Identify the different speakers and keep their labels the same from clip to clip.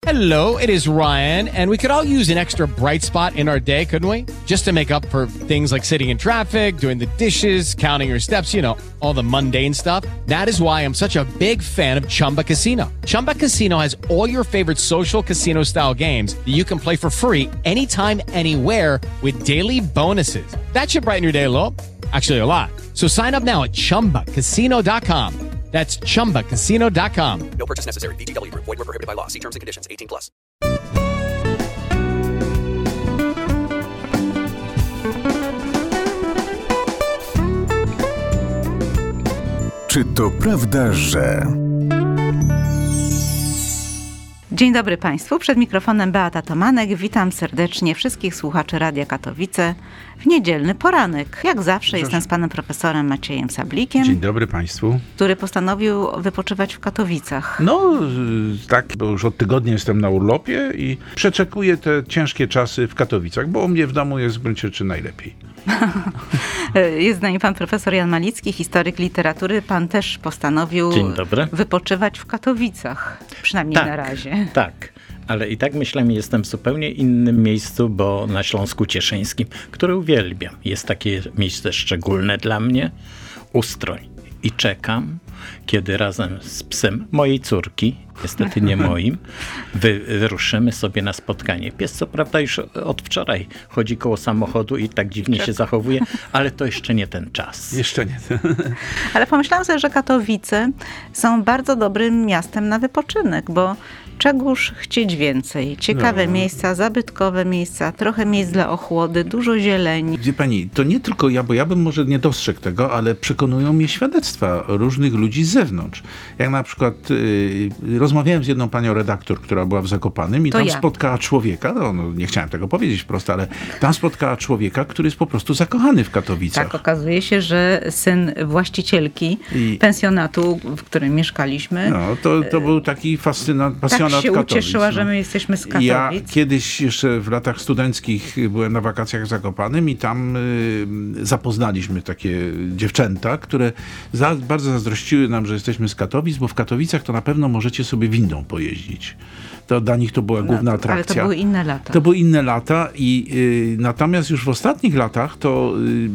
Speaker 1: Hello, it is Ryan, and we could all use an extra bright spot in our day, couldn't we? Just to make up for things like sitting in traffic, doing the dishes, counting your steps, you know, all the mundane stuff. That is why I'm such a big fan of Chumba Casino. Chumba Casino has all your favorite social casino-style games that you can play for free anytime, anywhere with daily bonuses. That should brighten your day a little. Actually, a lot. So sign up now at ChumbaCasino.com. That's ChumbaCasino.com.
Speaker 2: No purchase necessary. VGW Group. Void where prohibited by law. See terms and conditions. 18+.
Speaker 3: Czy to prawda, że...
Speaker 4: Dzień dobry Państwu, przed mikrofonem Beata Tomanek. Witam serdecznie wszystkich słuchaczy Radia Katowice w niedzielny poranek. Jak zawsze jestem z panem profesorem Maciejem Sablikiem.
Speaker 5: Dzień dobry Państwu.
Speaker 4: Który postanowił wypoczywać w Katowicach.
Speaker 5: No tak, bo już od tygodnia jestem na urlopie i przeczekuję te ciężkie czasy w Katowicach, bo u mnie w domu jest w gruncie rzeczy najlepiej.
Speaker 4: Jest z nami pan profesor Jan Malicki, historyk literatury. Pan też postanowił wypoczywać w Katowicach, przynajmniej na razie.
Speaker 6: Tak, ale i tak myślę, jestem w zupełnie innym miejscu, bo na Śląsku Cieszyńskim, które uwielbiam. Jest takie miejsce szczególne dla mnie, Ustroń. I czekam, kiedy razem z psem mojej córki, niestety nie moim, wyruszymy sobie na spotkanie. Pies co prawda już od wczoraj chodzi koło samochodu i tak dziwnie się zachowuje, ale to jeszcze nie ten czas.
Speaker 5: Jeszcze nie.
Speaker 4: Ale pomyślałam sobie, że Katowice są bardzo dobrym miastem na wypoczynek, bo czegóż chcieć więcej. Ciekawe miejsca, zabytkowe miejsca, trochę miejsc dla ochłody, dużo zieleni.
Speaker 5: Wie pani, to nie tylko ja, bo ja bym może nie dostrzegł tego, ale przekonują mnie świadectwa różnych ludzi z zewnątrz. Jak na przykład rozmawiałem z jedną panią redaktor, która była w Zakopanem i tam spotkała człowieka, no nie chciałem tego powiedzieć wprost, ale tam spotkała człowieka, który jest po prostu zakochany w Katowicach.
Speaker 4: Tak, okazuje się, że syn właścicielki pensjonatu, w którym mieszkaliśmy.
Speaker 5: No, to był taki pasjonat
Speaker 4: się
Speaker 5: Katowic.
Speaker 4: Ucieszyła, że my jesteśmy z Katowic.
Speaker 5: Ja kiedyś jeszcze w latach studenckich byłem na wakacjach w Zakopanem i tam zapoznaliśmy takie dziewczęta, które bardzo zazdrościły nam, że jesteśmy z Katowic, bo w Katowicach to na pewno możecie sobie windą pojeździć. To dla nich to była główna atrakcja.
Speaker 4: Ale to były inne lata.
Speaker 5: To były inne lata i natomiast już w ostatnich latach to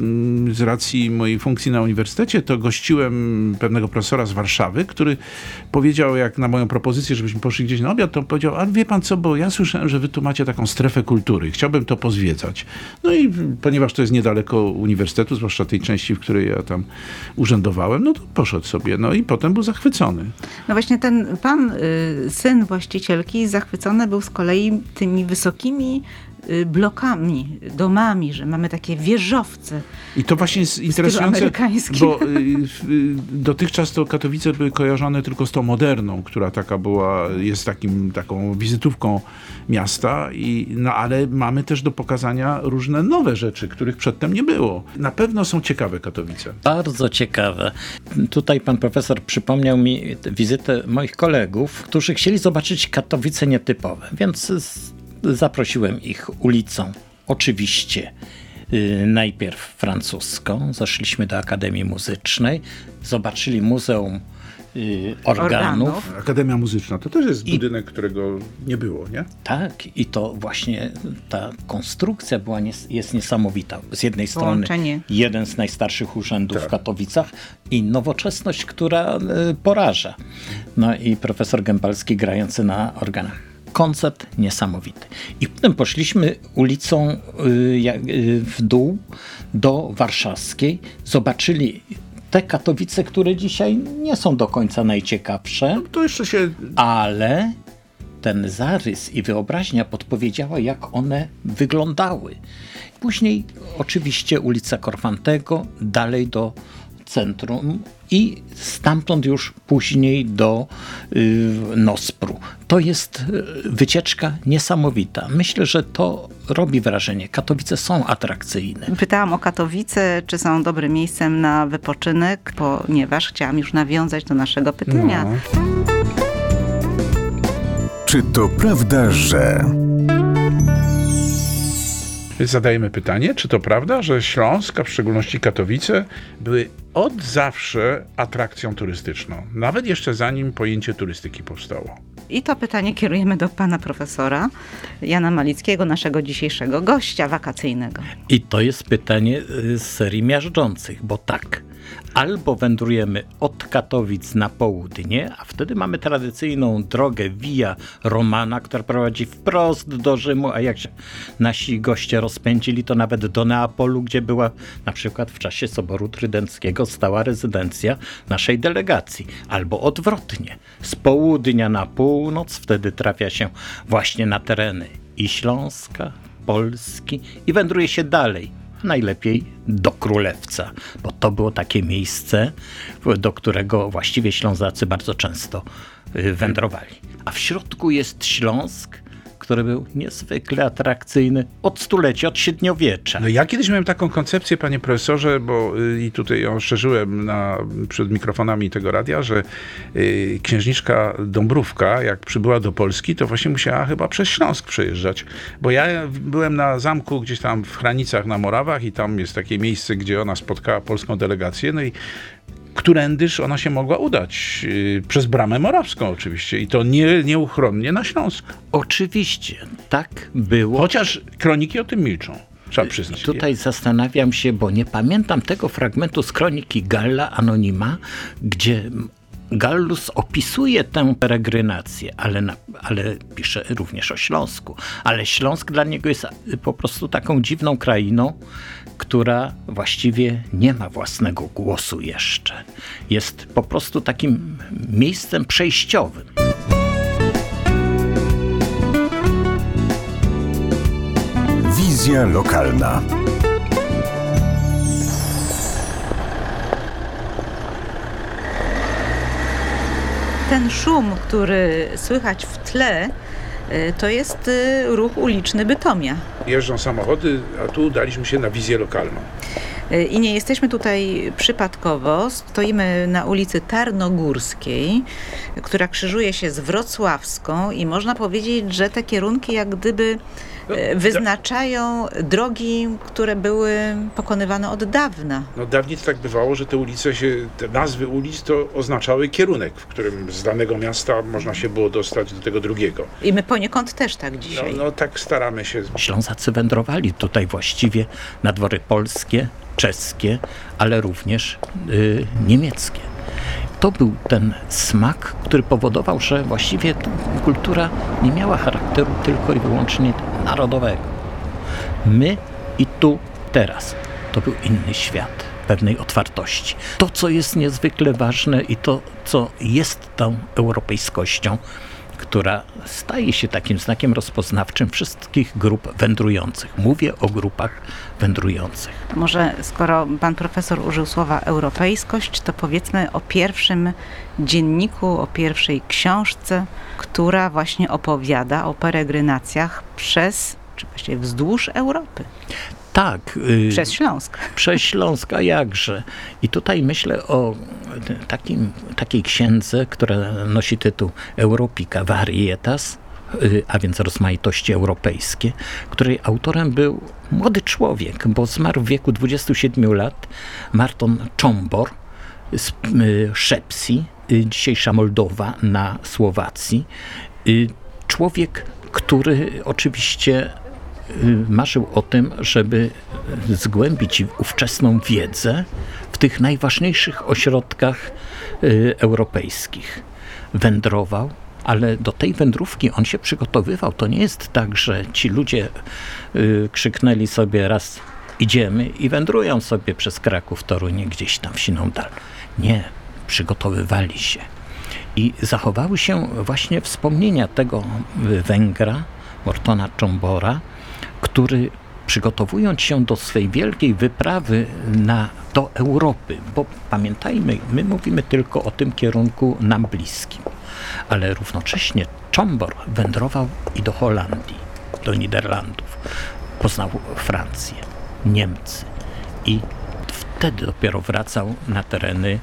Speaker 5: z racji mojej funkcji na uniwersytecie to gościłem pewnego profesora z Warszawy, który powiedział, jak na moją propozycję, żebyśmy poszli gdzieś na obiad, to powiedział, a wie pan co, bo ja słyszałem, że wy tu macie taką strefę kultury, chciałbym to pozwiedzać. No i ponieważ to jest niedaleko uniwersytetu, zwłaszcza tej części, w której ja tam urzędowałem, no to poszedł sobie, no i potem był zachwycony.
Speaker 4: No właśnie ten pan, syn właścicielki, zachwycony był z kolei tymi wysokimi blokami, domami, że mamy takie wieżowce.
Speaker 5: I to właśnie jest interesujące, bo dotychczas to Katowice były kojarzone tylko z tą moderną, która taka była, jest taką wizytówką miasta, ale mamy też do pokazania różne nowe rzeczy, których przedtem nie było. Na pewno są ciekawe Katowice.
Speaker 6: Bardzo ciekawe. Tutaj pan profesor przypomniał mi wizytę moich kolegów, którzy chcieli zobaczyć Katowice nietypowe, więc zaprosiłem ich ulicą. Oczywiście najpierw francuską. Zeszliśmy do Akademii Muzycznej. Zobaczyli Muzeum Organów.
Speaker 5: Akademia Muzyczna to też jest budynek, którego nie było, nie?
Speaker 6: Tak. I to właśnie ta konstrukcja jest niesamowita. Z jednej strony jeden z najstarszych urzędów w Katowicach i nowoczesność, która poraża. No i profesor Gębalski grający na organach. Koncert niesamowity. I potem poszliśmy ulicą w dół do Warszawskiej. Zobaczyli te Katowice, które dzisiaj nie są do końca najciekawsze.
Speaker 5: No, to jeszcze się...
Speaker 6: Ale ten zarys i wyobraźnia podpowiedziała, jak one wyglądały. Później oczywiście ulica Korfantego, dalej do centrum i stamtąd już później do Nospru. To jest wycieczka niesamowita. Myślę, że to robi wrażenie. Katowice są atrakcyjne.
Speaker 4: Pytałam o Katowice, czy są dobrym miejscem na wypoczynek, ponieważ chciałam już nawiązać do naszego pytania.
Speaker 3: No. Czy to prawda, że...
Speaker 5: Zadajemy pytanie, czy to prawda, że Śląsk, a w szczególności Katowice, były od zawsze atrakcją turystyczną, nawet jeszcze zanim pojęcie turystyki powstało?
Speaker 4: I to pytanie kierujemy do pana profesora Jana Malickiego, naszego dzisiejszego gościa wakacyjnego.
Speaker 6: I to jest pytanie z serii miażdżących, bo tak, albo wędrujemy od Katowic na południe, a wtedy mamy tradycyjną drogę Via Romana, która prowadzi wprost do Rzymu, a jak się nasi goście rozpędzili, to nawet do Neapolu, gdzie była na przykład w czasie Soboru Trydenckiego stała rezydencja naszej delegacji. Albo odwrotnie, z południa na północ, wtedy trafia się właśnie na tereny i Śląska, Polski i wędruje się dalej. Najlepiej do Królewca, bo to było takie miejsce, do którego właściwie Ślązacy bardzo często wędrowali. A w środku jest Śląsk, który był niezwykle atrakcyjny od stulecia, od średniowiecza.
Speaker 5: No ja kiedyś miałem taką koncepcję, panie profesorze, bo i tutaj ją szerzyłem przed mikrofonami tego radia, że księżniczka Dąbrówka, jak przybyła do Polski, to właśnie musiała chyba przez Śląsk przejeżdżać, bo ja byłem na zamku gdzieś tam w Chranicach na Morawach i tam jest takie miejsce, gdzie ona spotkała polską delegację, no i którędyż ona się mogła udać? Przez Bramę Morawską oczywiście i to nieuchronnie na Śląsk.
Speaker 6: Oczywiście, tak było.
Speaker 5: Chociaż kroniki o tym milczą, trzeba przyznać.
Speaker 6: Tutaj zastanawiam się, bo nie pamiętam tego fragmentu z kroniki Galla Anonima, gdzie Gallus opisuje tę peregrinację, ale pisze również o Śląsku. Ale Śląsk dla niego jest po prostu taką dziwną krainą, która właściwie nie ma własnego głosu jeszcze. Jest po prostu takim miejscem przejściowym.
Speaker 3: Wizja lokalna.
Speaker 4: Ten szum, który słychać w tle, to jest ruch uliczny Bytomia.
Speaker 5: Jeżdżą samochody, a tu udaliśmy się na wizję lokalną.
Speaker 4: I nie jesteśmy tutaj przypadkowo. Stoimy na ulicy Tarnogórskiej, która krzyżuje się z Wrocławską i można powiedzieć, że te kierunki jak gdyby wyznaczają drogi, które były pokonywane od dawna.
Speaker 5: No dawniej to tak bywało, że te nazwy ulic to oznaczały kierunek, w którym z danego miasta można się było dostać do tego drugiego.
Speaker 4: I my poniekąd też tak dzisiaj.
Speaker 5: No tak staramy się.
Speaker 6: Ślązacy wędrowali tutaj właściwie na dwory polskie, czeskie, ale również niemieckie. To był ten smak, który powodował, że właściwie kultura nie miała charakteru tylko i wyłącznie narodowego. My i tu, teraz. To był inny świat pewnej otwartości. To, co jest niezwykle ważne i to, co jest tą europejskością, która staje się takim znakiem rozpoznawczym wszystkich grup wędrujących. Mówię o grupach wędrujących.
Speaker 4: Może skoro pan profesor użył słowa europejskość, to powiedzmy o pierwszym dzienniku, o pierwszej książce, która właśnie opowiada o peregrinacjach czy właściwie wzdłuż Europy.
Speaker 6: Tak.
Speaker 4: Przez Śląsk.
Speaker 6: Przez Śląsk, a jakże. I tutaj myślę o takiej księdze, która nosi tytuł Europica Varietas, a więc rozmaitości europejskie, której autorem był młody człowiek, bo zmarł w wieku 27 lat, Marton Czombor z Szepsi, dzisiejsza Moldowa na Słowacji. Człowiek, który oczywiście marzył o tym, żeby zgłębić ówczesną wiedzę w tych najważniejszych ośrodkach europejskich. Wędrował, ale do tej wędrówki on się przygotowywał. To nie jest tak, że ci ludzie krzyknęli sobie raz idziemy i wędrują sobie przez Kraków, Toruń, gdzieś tam w siną dal. Nie, przygotowywali się. I zachowały się właśnie wspomnienia tego Węgra, Martona Czombora, który przygotowując się do swej wielkiej wyprawy do Europy, bo pamiętajmy, my mówimy tylko o tym kierunku nam bliskim, ale równocześnie Czombor wędrował i do Holandii, do Niderlandów, poznał Francję, Niemcy i wtedy dopiero wracał na tereny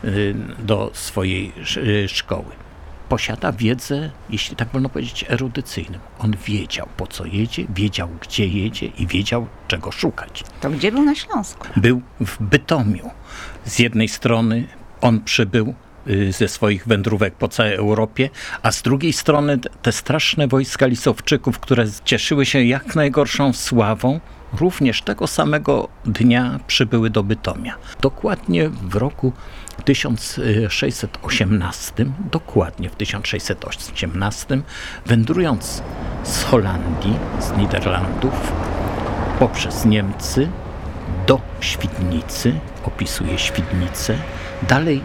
Speaker 6: do swojej szkoły. Posiada wiedzę, jeśli tak wolno powiedzieć, erudycyjną. On wiedział, po co jedzie, wiedział, gdzie jedzie i wiedział, czego szukać.
Speaker 4: To gdzie był na Śląsku?
Speaker 6: Był w Bytomiu. Z jednej strony on przybył ze swoich wędrówek po całej Europie, a z drugiej strony te straszne wojska Lisowczyków, które cieszyły się jak najgorszą sławą, również tego samego dnia przybyły do Bytomia. Dokładnie w roku 1618, wędrując z Holandii, z Niderlandów, poprzez Niemcy do Świdnicy, opisuje Świdnicę, dalej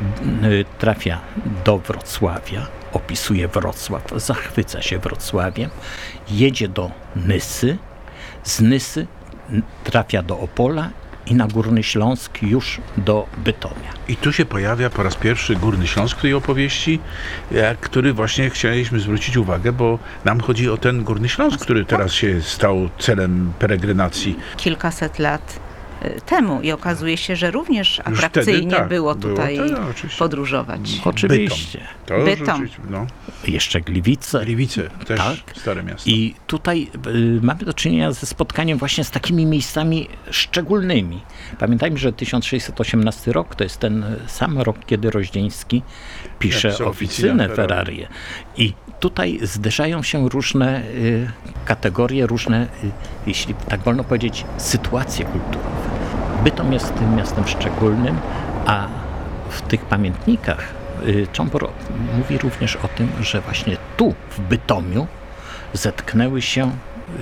Speaker 6: trafia do Wrocławia, opisuje Wrocław, zachwyca się Wrocławiem, jedzie do Nysy, z Nysy trafia do Opola i na Górny Śląsk już do Bytomia.
Speaker 5: I tu się pojawia po raz pierwszy Górny Śląsk w tej opowieści, który właśnie chcieliśmy zwrócić uwagę, bo nam chodzi o ten Górny Śląsk, który teraz się stał celem peregrinacji.
Speaker 4: Kilkaset lat temu i okazuje się, że również atrakcyjnie było tutaj podróżować.
Speaker 6: Oczywiście.
Speaker 4: Bytom.
Speaker 6: No. Jeszcze Gliwice.
Speaker 5: Gliwice, też stare miasto.
Speaker 6: I tutaj mamy do czynienia ze spotkaniem właśnie z takimi miejscami szczególnymi. Pamiętajmy, że 1618 rok to jest ten sam rok, kiedy Rozdzieński pisze Oficynę Ferrarię. I tutaj zderzają się różne kategorie, różne, jeśli tak wolno powiedzieć, sytuacje kulturowe. Bytom jest tym miastem szczególnym, a w tych pamiętnikach Cząbor mówi również o tym, że właśnie tu, w Bytomiu, zetknęły się,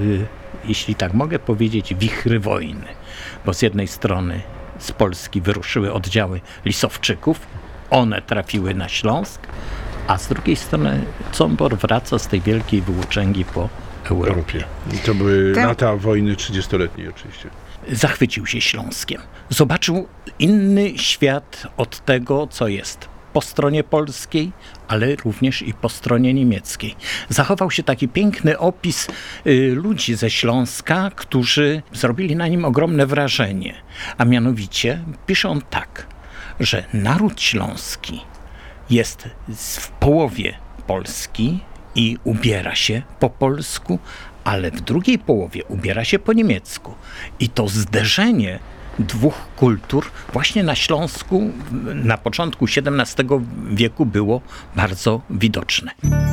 Speaker 6: jeśli tak mogę powiedzieć, wichry wojny. Bo z jednej strony z Polski wyruszyły oddziały Lisowczyków, one trafiły na Śląsk, a z drugiej strony Cząbor wraca z tej wielkiej włóczęgi po Europie.
Speaker 5: I to były lata wojny 30-letniej oczywiście.
Speaker 6: Zachwycił się Śląskiem. Zobaczył inny świat od tego, co jest po stronie polskiej, ale również i po stronie niemieckiej. Zachował się taki piękny opis ludzi ze Śląska, którzy zrobili na nim ogromne wrażenie. A mianowicie pisze on tak, że naród śląski jest w połowie Polski i ubiera się po polsku, ale w drugiej połowie ubiera się po niemiecku. I to zderzenie dwóch kultur właśnie na Śląsku na początku XVII wieku było bardzo widoczne.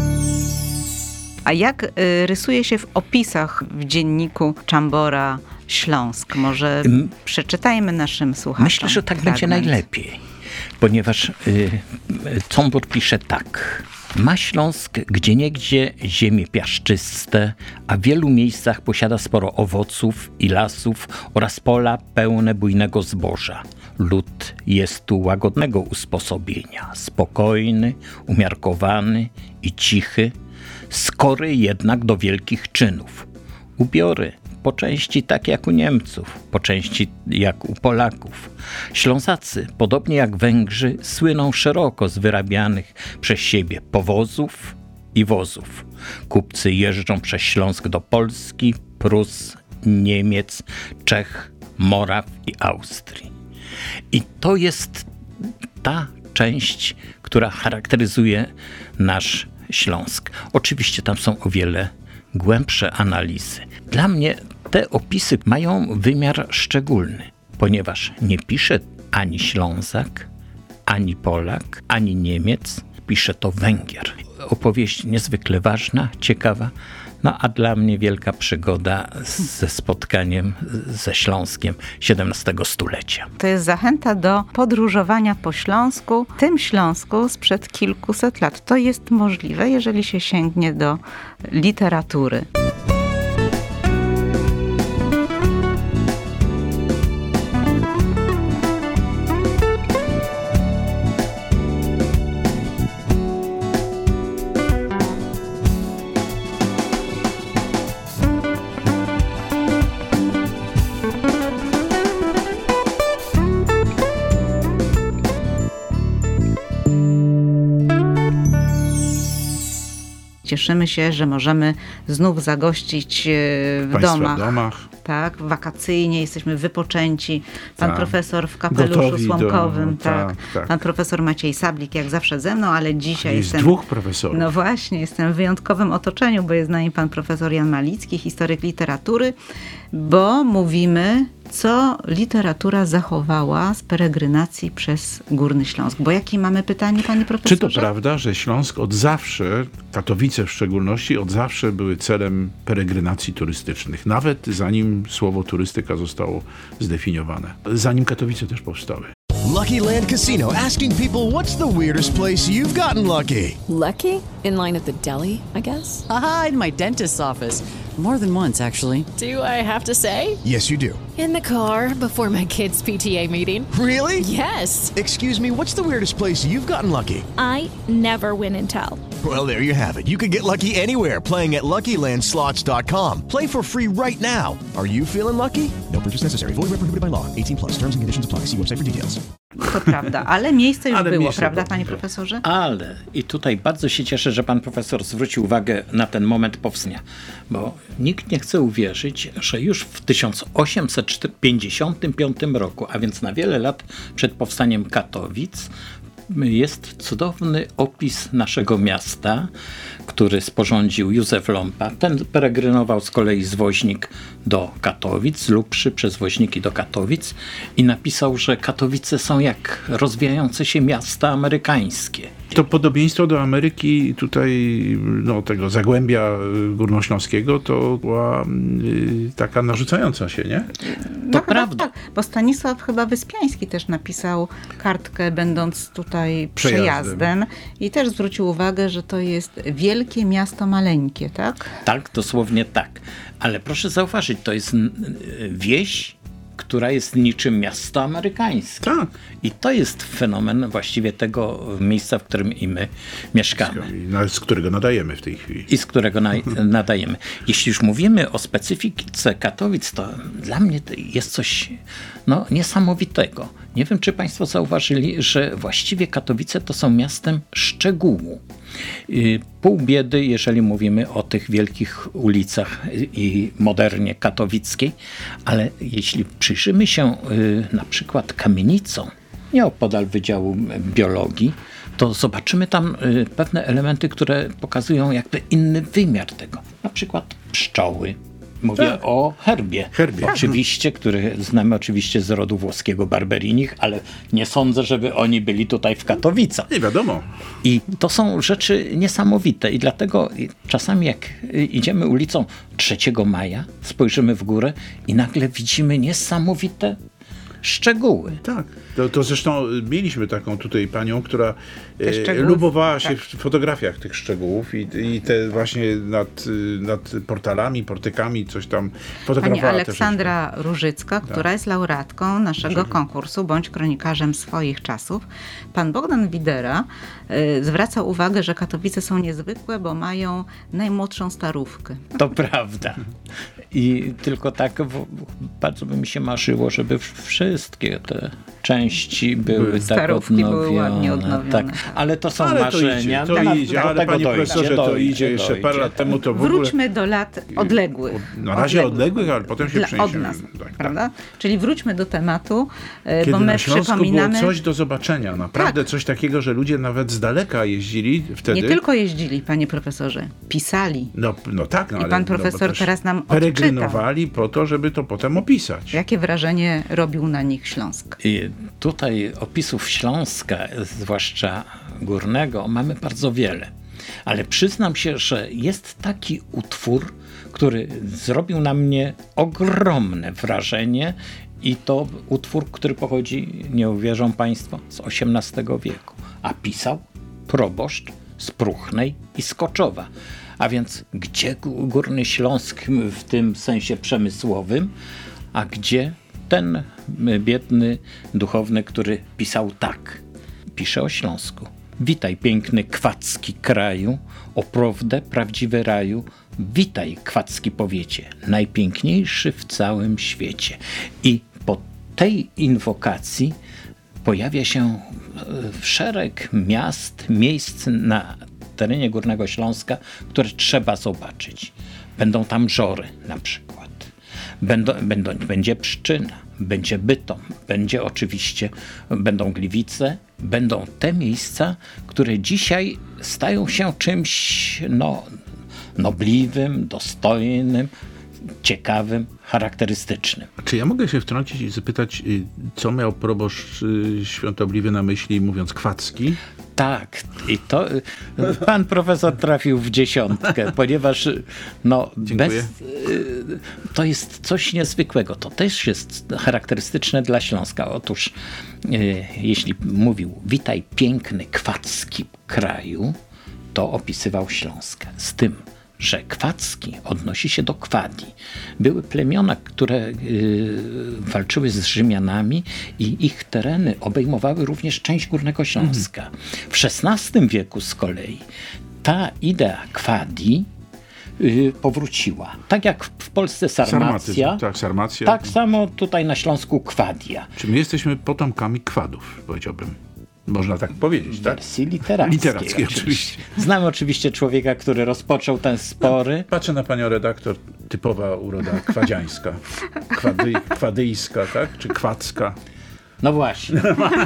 Speaker 4: A jak rysuje się w opisach w dzienniku Czambora Śląsk? Może przeczytajmy naszym słuchaczom.
Speaker 6: Myślę, że tak będzie najlepiej, ponieważ Cząbor pisze tak. Ma Śląsk gdzieniegdzie ziemie piaszczyste, a w wielu miejscach posiada sporo owoców i lasów oraz pola pełne bujnego zboża. Lud jest tu łagodnego usposobienia, spokojny, umiarkowany i cichy, skory jednak do wielkich czynów. Ubiory po części tak jak u Niemców, po części jak u Polaków. Ślązacy, podobnie jak Węgrzy, słyną szeroko z wyrabianych przez siebie powozów i wozów. Kupcy jeżdżą przez Śląsk do Polski, Prus, Niemiec, Czech, Moraw i Austrii. I to jest ta część, która charakteryzuje nasz Śląsk. Oczywiście tam są o wiele głębsze analizy. Dla mnie te opisy mają wymiar szczególny, ponieważ nie pisze ani Ślązak, ani Polak, ani Niemiec, pisze to Węgier. Opowieść niezwykle ważna, ciekawa, no a dla mnie wielka przygoda ze spotkaniem ze Śląskiem XVII stulecia.
Speaker 4: To jest zachęta do podróżowania po Śląsku, tym Śląsku sprzed kilkuset lat. To jest możliwe, jeżeli się sięgnie do literatury. Cieszymy się, że możemy znów zagościć w domach tak, wakacyjnie, jesteśmy wypoczęci. Pan
Speaker 5: tak.
Speaker 4: profesor w kapeluszu
Speaker 5: Gotowi
Speaker 4: słomkowym,
Speaker 5: tak.
Speaker 4: Pan profesor Maciej Sablik, jak zawsze ze mną, ale dzisiaj
Speaker 5: jest
Speaker 4: jestem...
Speaker 5: dwóch profesorów.
Speaker 4: No właśnie, jestem w wyjątkowym otoczeniu, bo jest z nami pan profesor Jan Malicki, historyk literatury, bo mówimy, co literatura zachowała z peregrynacji przez Górny Śląsk. Bo jakie mamy pytanie, panie profesorze?
Speaker 5: Czy to prawda, że Śląsk od zawsze, Katowice w szczególności, od zawsze były celem peregrynacji turystycznych, nawet zanim słowo turystyka zostało zdefiniowane, zanim Katowice też powstały?
Speaker 7: Lucky Land Casino, asking people, what's the weirdest place you've gotten lucky?
Speaker 8: Lucky? In line at the deli, I guess?
Speaker 9: Aha, in my dentist's office. More than once, actually.
Speaker 8: Do I have to say?
Speaker 7: Yes, you do.
Speaker 8: In the car before my kids' PTA meeting.
Speaker 7: Really?
Speaker 8: Yes.
Speaker 7: Excuse me, what's the weirdest place you've gotten lucky?
Speaker 10: I never win and tell.
Speaker 7: Well, there you have it. You can get lucky anywhere, playing at LuckyLandSlots.com. Play for free right now. Are you feeling lucky? No purchase necessary. Void where prohibited by law. 18+. Terms and conditions apply. See website for details.
Speaker 4: To prawda, ale miejsce już było,
Speaker 5: miejsce
Speaker 4: prawda,
Speaker 5: było,
Speaker 4: panie profesorze?
Speaker 6: Ale i tutaj bardzo się cieszę, że pan profesor zwrócił uwagę na ten moment powstania, bo nikt nie chce uwierzyć, że już w 1855 roku, a więc na wiele lat przed powstaniem Katowic, jest cudowny opis naszego miasta, który sporządził Józef Lompa. Ten peregrynował z kolei z Woźnik do Katowic, z Lubrzy przez Woźniki do Katowic i napisał, że Katowice są jak rozwijające się miasta amerykańskie.
Speaker 5: To podobieństwo do Ameryki tutaj, no, tego Zagłębia Górnośląskiego, to była taka narzucająca się, nie?
Speaker 6: To prawda.
Speaker 4: Tak, bo Stanisław chyba Wyspiański też napisał kartkę, będąc tutaj przejazdem i też zwrócił uwagę, że to jest wielkie miasto maleńkie, tak?
Speaker 6: Tak, dosłownie tak. Ale proszę zauważyć, to jest wieś, która jest niczym miasto amerykańskie.
Speaker 5: Tak.
Speaker 6: I to jest fenomen właściwie tego miejsca, w którym i my mieszkamy.
Speaker 5: Z którego nadajemy w tej chwili.
Speaker 6: I z którego nadajemy. Jeśli już mówimy o specyfice Katowic, to dla mnie to jest coś niesamowitego. Nie wiem, czy państwo zauważyli, że właściwie Katowice to są miastem szczegółu. Pół biedy, jeżeli mówimy o tych wielkich ulicach i modernie katowickiej, ale jeśli przyjrzymy się na przykład kamienicom, nieopodal Wydziału Biologii, to zobaczymy tam pewne elementy, które pokazują jakby inny wymiar tego. Na przykład pszczoły. Mówię o herbie. Oczywiście, który znamy oczywiście z rodu włoskiego Barberinich, ale nie sądzę, żeby oni byli tutaj w Katowicach.
Speaker 5: Nie wiadomo.
Speaker 6: I to są rzeczy niesamowite i dlatego czasami jak idziemy ulicą 3 Maja, spojrzymy w górę i nagle widzimy niesamowite szczegóły.
Speaker 5: Tak. To zresztą mieliśmy taką tutaj panią, która lubowała się w fotografiach tych szczegółów i te właśnie nad portalami, portykami coś tam fotografowała.
Speaker 4: Pani Aleksandra Różycka, która jest laureatką naszego konkursu Bądź kronikarzem swoich czasów. Pan Bogdan Widera zwraca uwagę, że Katowice są niezwykłe, bo mają najmłodszą starówkę.
Speaker 6: To prawda. I tylko tak bardzo by mi się marzyło, żeby wszystkie te części były tak odnowione.
Speaker 4: Były ładnie odnowione.
Speaker 6: Tak. Ale to są marzenia.
Speaker 5: To idzie, ale panie profesorze, to idzie jeszcze parę lat temu. To w ogóle...
Speaker 4: Wróćmy do lat odległych.
Speaker 5: Na razie odległych, ale potem się przeniesiemy.
Speaker 4: Od nas, prawda? Czyli wróćmy do tematu,
Speaker 5: kiedy
Speaker 4: bo my
Speaker 5: na Śląsku
Speaker 4: przypominamy...
Speaker 5: było coś do zobaczenia. Naprawdę coś takiego, że ludzie nawet z daleka jeździli wtedy.
Speaker 4: Nie tylko jeździli, panie profesorze. Pisali.
Speaker 5: No tak.
Speaker 4: I pan profesor teraz nam odczyta.
Speaker 5: Peregrinowali po to, żeby to potem opisać.
Speaker 4: Jakie wrażenie robił na nich Śląsk?
Speaker 6: I tutaj opisów Śląska, zwłaszcza górnego, mamy bardzo wiele. Ale przyznam się, że jest taki utwór, który zrobił na mnie ogromne wrażenie i to utwór, który pochodzi, nie uwierzą państwo, z XVIII wieku. A pisał proboszcz z Pruchnej i z Koczowa. A więc gdzie Górny Śląsk w tym sensie przemysłowym, a gdzie ten biedny duchowny, który pisał tak. Pisze o Śląsku. Witaj piękny kwacki kraju, o prawdę prawdziwy raju. Witaj kwacki powiecie, najpiękniejszy w całym świecie. I po tej inwokacji pojawia się szereg miast, miejsc na terenie Górnego Śląska, które trzeba zobaczyć. Będą tam żory na przykład. Będzie Pszczyna, będzie Bytom, będą Gliwice, będą te miejsca, które dzisiaj stają się czymś nobliwym, dostojnym, ciekawym, charakterystycznym.
Speaker 5: Czy ja mogę się wtrącić i zapytać, co miał proboszcz Świątobliwy na myśli, mówiąc Kwacki?
Speaker 6: Tak, i to pan profesor trafił w 10, ponieważ to jest coś niezwykłego. To też jest charakterystyczne dla Śląska. Otóż jeśli mówił witaj piękny Kwacki kraju, to opisywał Śląsk z tym, że Kwacki odnosi się do Kwadii. Były plemiona, które walczyły z Rzymianami i ich tereny obejmowały również część Górnego Śląska. W XVI wieku z kolei ta idea Kwadii powróciła. Tak jak w Polsce Sarmacja.
Speaker 5: Sarmacja.
Speaker 6: Tak samo tutaj na Śląsku Kwadia.
Speaker 5: Czy my jesteśmy potomkami Kwadów, powiedziałbym. Można tak powiedzieć, tak?
Speaker 6: Wersji literackiej oczywiście. Znamy oczywiście człowieka, który rozpoczął ten spory.
Speaker 5: Patrzę na panią redaktor, typowa uroda kwadziańska. Kwadyjska, tak? Czy kwacka?
Speaker 6: No właśnie.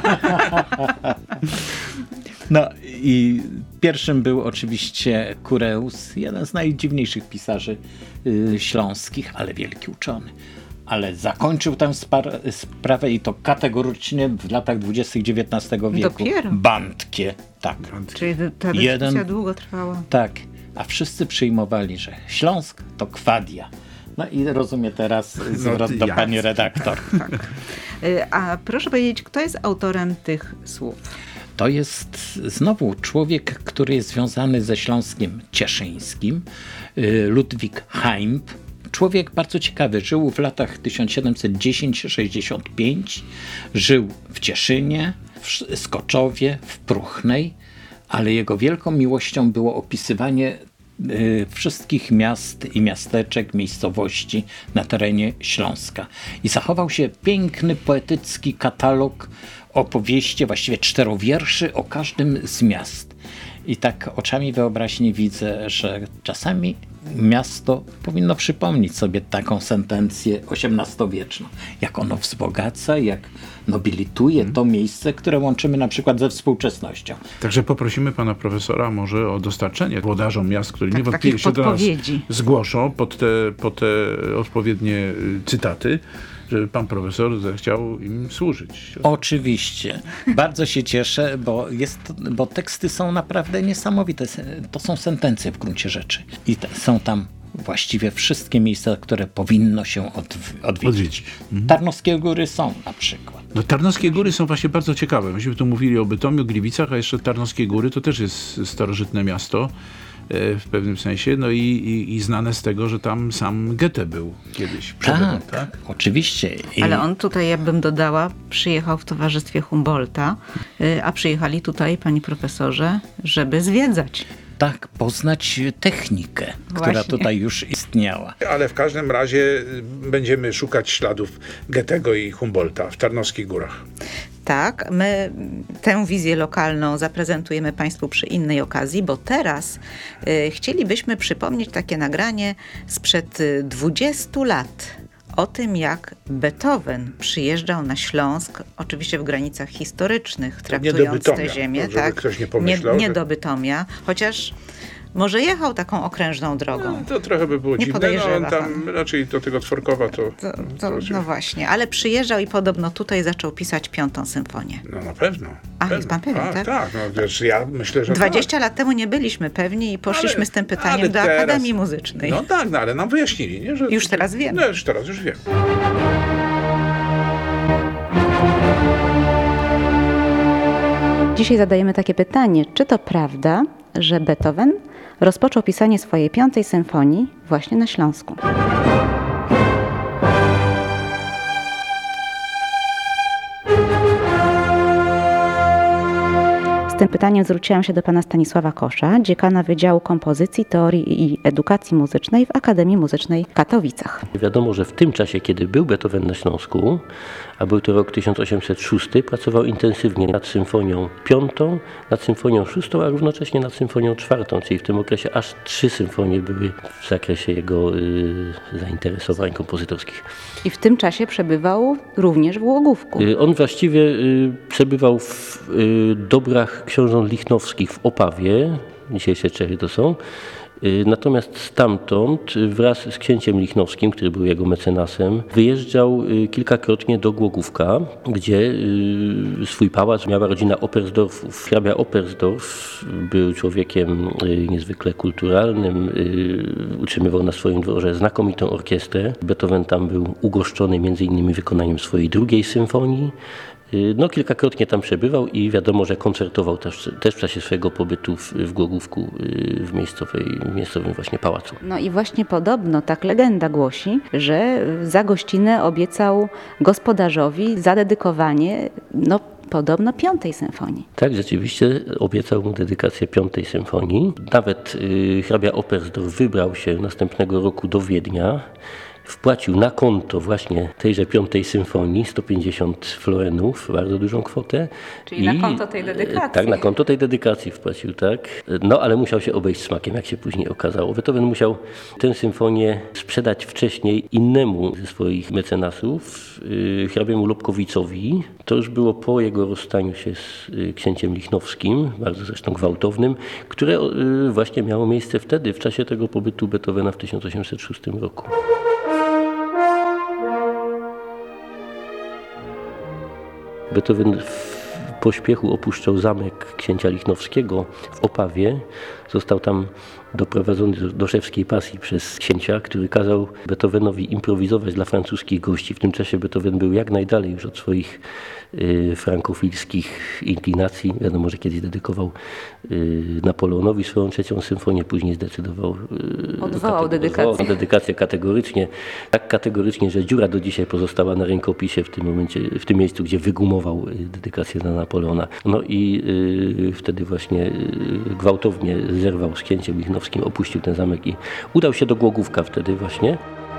Speaker 6: No i pierwszym był oczywiście Kureus, jeden z najdziwniejszych pisarzy śląskich, ale wielki uczony. Ale zakończył tę sprawę i to kategorycznie w latach 20. XIX wieku.
Speaker 4: Dopiero.
Speaker 6: Bandkie. Tak.
Speaker 4: Czyli ta dyskusja długo trwała.
Speaker 6: Tak. A wszyscy przyjmowali, że Śląsk to Kwadia. No i rozumiem teraz zwrot do pani redaktor.
Speaker 4: Tak. A proszę powiedzieć, kto jest autorem tych słów?
Speaker 6: To jest znowu człowiek, który jest związany ze Śląskiem Cieszyńskim, Ludwik Heimp. Człowiek bardzo ciekawy, żył w latach 1710-65, żył w Cieszynie, w Skoczowie, w Pruchnej, ale jego wielką miłością było opisywanie wszystkich miast i miasteczek, miejscowości na terenie Śląska. I zachował się piękny, poetycki katalog opowieści, właściwie 4 wierszy o każdym z miast. I tak oczami wyobraźni widzę, że czasami miasto powinno przypomnieć sobie taką sentencję XVIII-wieczną. Jak ono wzbogaca, jak nobilituje to miejsce, które łączymy na przykład ze współczesnością.
Speaker 5: Także poprosimy pana profesora może o dostarczenie włodarzom miast, które niewątpliwie się do nas zgłoszą pod te odpowiednie cytaty, żeby pan profesor zechciał im służyć.
Speaker 6: Oczywiście. Bardzo się cieszę, bo teksty są naprawdę niesamowite. To są sentencje w gruncie rzeczy. I są tam właściwie wszystkie miejsca, które powinno się odwiedzić. Tarnowskie Góry są na przykład.
Speaker 5: No, Tarnowskie Góry są właśnie bardzo ciekawe. Myśmy tu mówili o Bytomiu, Gliwicach, a jeszcze Tarnowskie Góry to też jest starożytne miasto w pewnym sensie, no i znane z tego, że tam sam Goethe był kiedyś.
Speaker 6: Tak, oczywiście.
Speaker 4: Ale on tutaj, ja bym dodała, przyjechał w towarzystwie Humboldta, a przyjechali tutaj, panie profesorze, żeby zwiedzać.
Speaker 6: Tak, poznać technikę, która tutaj już istniała.
Speaker 5: Ale w każdym razie będziemy szukać śladów Goethego i Humboldta w Tarnowskich Górach.
Speaker 4: Tak, my tę wizję lokalną zaprezentujemy państwu przy innej okazji, bo teraz chcielibyśmy przypomnieć takie nagranie sprzed 20 lat o tym, jak Beethoven przyjeżdżał na Śląsk, oczywiście w granicach historycznych, traktując tę ziemię.
Speaker 5: Tak, ktoś nie pomyślał,
Speaker 4: nie do Bytomia, chociaż może jechał taką okrężną drogą.
Speaker 5: No, to trochę by było
Speaker 4: nie
Speaker 5: dziwne, on tam raczej do tego Tworkowa to
Speaker 4: no właśnie, ale przyjeżdżał i podobno tutaj zaczął pisać 5. symfonię.
Speaker 5: No na pewno.
Speaker 4: Jest pan pewien, tak?
Speaker 5: Tak, no wiesz, ja myślę, że
Speaker 4: 20 lat temu nie byliśmy pewni i poszliśmy z tym pytaniem do Akademii Muzycznej.
Speaker 5: No tak, ale nam wyjaśnili, nie? Że
Speaker 4: już teraz wiem.
Speaker 5: No już teraz wiem.
Speaker 11: Dzisiaj zadajemy takie pytanie, czy to prawda, że Beethoven rozpoczął pisanie swojej 5. symfonii właśnie na Śląsku? Z tym pytaniem zwróciłam się do pana Stanisława Kosza, dziekana Wydziału Kompozycji, Teorii i Edukacji Muzycznej w Akademii Muzycznej w Katowicach.
Speaker 12: Wiadomo, że w tym czasie, kiedy był Beethoven na Śląsku, a był to rok 1806, pracował intensywnie nad symfonią 5, nad symfonią 6, a równocześnie nad symfonią 4, czyli w tym okresie aż 3 symfonie były w zakresie jego zainteresowań kompozytorskich.
Speaker 11: I w tym czasie przebywał również w Głogówku.
Speaker 12: On właściwie przebywał w dobrach książąt lichnowskich w Opawie, dzisiejsze Czechy to są. Natomiast stamtąd wraz z księciem lichnowskim, który był jego mecenasem, wyjeżdżał kilkakrotnie do Głogówka, gdzie swój pałac miała rodzina Opersdorfów. Hrabia Opersdorf był człowiekiem niezwykle kulturalnym, utrzymywał na swoim dworze znakomitą orkiestrę. Beethoven tam był ugoszczony m.in. wykonaniem swojej 2. symfonii. No, kilkakrotnie tam przebywał i wiadomo, że koncertował też w czasie swojego pobytu w Głogówku, w miejscowym właśnie pałacu.
Speaker 11: No i właśnie podobno, tak legenda głosi, że za gościnę obiecał gospodarzowi zadedykowanie, podobno 5. symfonii.
Speaker 12: Tak, rzeczywiście obiecał mu dedykację 5. symfonii. Nawet hrabia Opersdorf wybrał się następnego roku do Wiednia. Wpłacił na konto właśnie tejże 5. symfonii 150 florenów, bardzo dużą kwotę.
Speaker 11: Czyli na konto tej dedykacji.
Speaker 12: Tak, na konto tej dedykacji wpłacił, tak. No, ale musiał się obejść smakiem, jak się później okazało. Beethoven musiał tę symfonię sprzedać wcześniej innemu ze swoich mecenasów, hrabiemu Lobkowicowi. To już było po jego rozstaniu się z księciem lichnowskim, bardzo zresztą gwałtownym, które właśnie miało miejsce wtedy, w czasie tego pobytu Beethovena w 1806 roku. Beethoven w pośpiechu opuszczał zamek księcia lichnowskiego w Opawie. Został tam doprowadzony do szewskiej pasji przez księcia, który kazał Beethovenowi improwizować dla francuskich gości. W tym czasie Beethoven był jak najdalej już od swoich frankofilskich inklinacji. Wiadomo, że kiedyś dedykował Napoleonowi swoją 3. symfonię, później zdecydował
Speaker 11: odwołał
Speaker 12: dedykację kategorycznie. Tak kategorycznie, że dziura do dzisiaj pozostała na rękopisie w tym momencie, w tym miejscu, gdzie wygumował dedykację dla Napoleona. No i wtedy właśnie gwałtownie zerwał z księciem lichnowskim, opuścił ten zamek i udał się do Głogówka wtedy właśnie.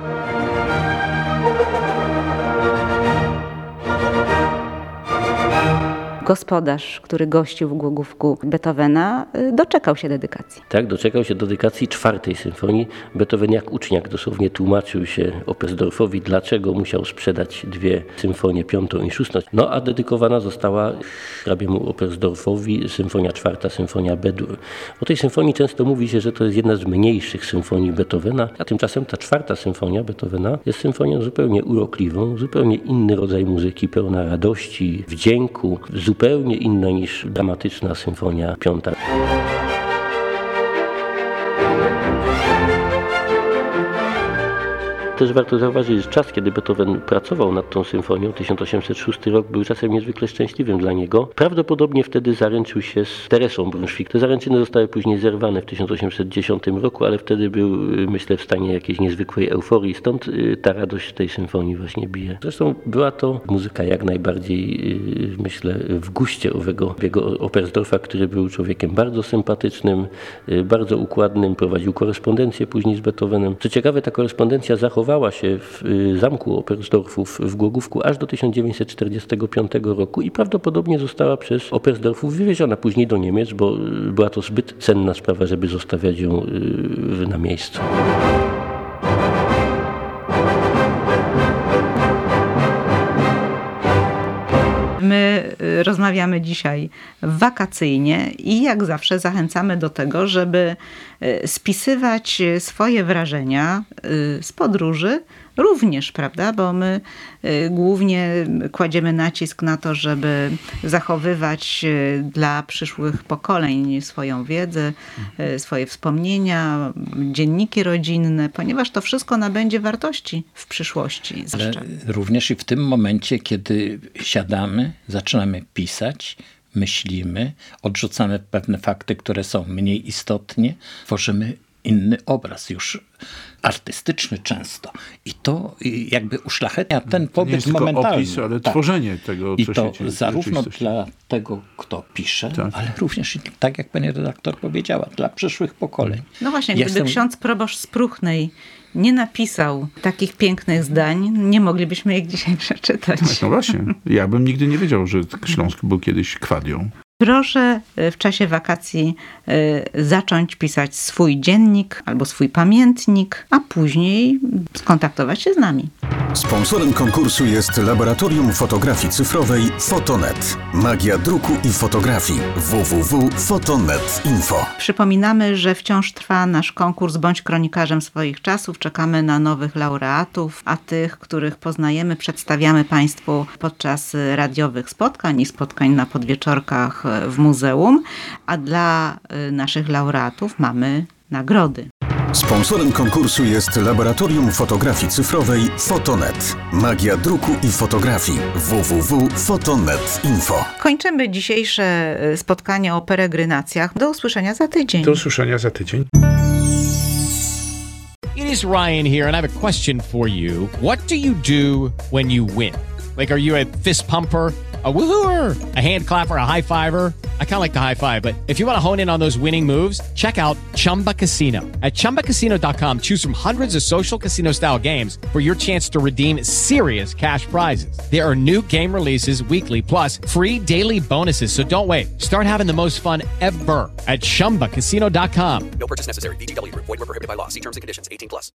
Speaker 11: Gospodarz, który gościł w Głogówku Beethovena, doczekał się dedykacji.
Speaker 12: Tak, doczekał się dedykacji 4. symfonii. Beethoven jak uczniak dosłownie tłumaczył się Opersdorfowi, dlaczego musiał sprzedać 2 symfonie, 5. i 6. No a dedykowana została hrabiemu Opersdorfowi symfonia 4, symfonia B-dur. O tej symfonii często mówi się, że to jest jedna z mniejszych symfonii Beethovena, a tymczasem ta 4. symfonia Beethovena jest symfonią zupełnie urokliwą, zupełnie inny rodzaj muzyki, pełna radości, wdzięku, zupełnie inna niż dramatyczna symfonia 5. Też warto zauważyć, że czas, kiedy Beethoven pracował nad tą symfonią, 1806 rok, był czasem niezwykle szczęśliwym dla niego. Prawdopodobnie wtedy zaręczył się z Teresą Brunszwig. Te zaręczyny zostały później zerwane w 1810 roku, ale wtedy był, myślę, w stanie jakiejś niezwykłej euforii. Stąd ta radość tej symfonii właśnie bije. Zresztą była to muzyka jak najbardziej, myślę, w guście owego Opersdorfa, który był człowiekiem bardzo sympatycznym, bardzo układnym, prowadził korespondencję później z Beethovenem. Co ciekawe, ta korespondencja zachowała się w zamku Opersdorfów w Głogówku aż do 1945 roku i prawdopodobnie została przez Opersdorfów wywieziona później do Niemiec, bo była to zbyt cenna sprawa, żeby zostawiać ją na miejscu.
Speaker 4: My rozmawiamy dzisiaj wakacyjnie i jak zawsze zachęcamy do tego, żeby spisywać swoje wrażenia z podróży również, prawda? Bo my głównie kładziemy nacisk na to, żeby zachowywać dla przyszłych pokoleń swoją wiedzę, swoje wspomnienia, dzienniki rodzinne, ponieważ to wszystko nabędzie wartości w przyszłości.
Speaker 6: Ale również i w tym momencie, kiedy siadamy, zaczynamy pisać, myślimy, odrzucamy pewne fakty, które są mniej istotne, tworzymy inny obraz, już artystyczny często. I to jakby uszlachetnia ten pobyt momentalny.
Speaker 5: Opis, ale tworzenie tego, co
Speaker 6: i to
Speaker 5: się dzieje.
Speaker 6: zarówno dla tego, kto pisze, ale również, tak jak pani redaktor powiedziała, dla przyszłych pokoleń.
Speaker 4: No właśnie, gdyby ksiądz proboszcz z Pruchnej nie napisał takich pięknych zdań, nie moglibyśmy ich dzisiaj przeczytać.
Speaker 5: No właśnie. Ja bym nigdy nie wiedział, że Śląsk był kiedyś kwadią.
Speaker 4: Proszę w czasie wakacji zacząć pisać swój dziennik albo swój pamiętnik, a później skontaktować się z nami.
Speaker 3: Sponsorem konkursu jest Laboratorium Fotografii Cyfrowej Fotonet. Magia druku i fotografii. www.fotonet.info.
Speaker 4: Przypominamy, że wciąż trwa nasz konkurs Bądź kronikarzem swoich czasów. Czekamy na nowych laureatów, a tych, których poznajemy, przedstawiamy Państwu podczas radiowych spotkań i spotkań na podwieczorkach w muzeum, a dla naszych laureatów mamy nagrody.
Speaker 3: Sponsorem konkursu jest Laboratorium Fotografii Cyfrowej Fotonet. Magia druku i fotografii. www.fotonet.info.
Speaker 4: Kończymy dzisiejsze spotkanie o peregrinacjach. Do usłyszenia za tydzień.
Speaker 5: Do usłyszenia za tydzień.
Speaker 1: It is Ryan here, and I have a question for you. What do you do when you win? Like, are you a fist pumper, a woohooer, a hand clapper, a high fiver? I kind of like the high five, but if you want to hone in on those winning moves, check out Chumba Casino. At ChumbaCasino.com, choose from hundreds of social casino-style games for your chance to redeem serious cash prizes. There are new game releases weekly, plus free daily bonuses, so don't wait. Start having the most fun ever at ChumbaCasino.com.
Speaker 2: No purchase necessary. VGW Group. Void where prohibited by law. See terms and conditions. 18+.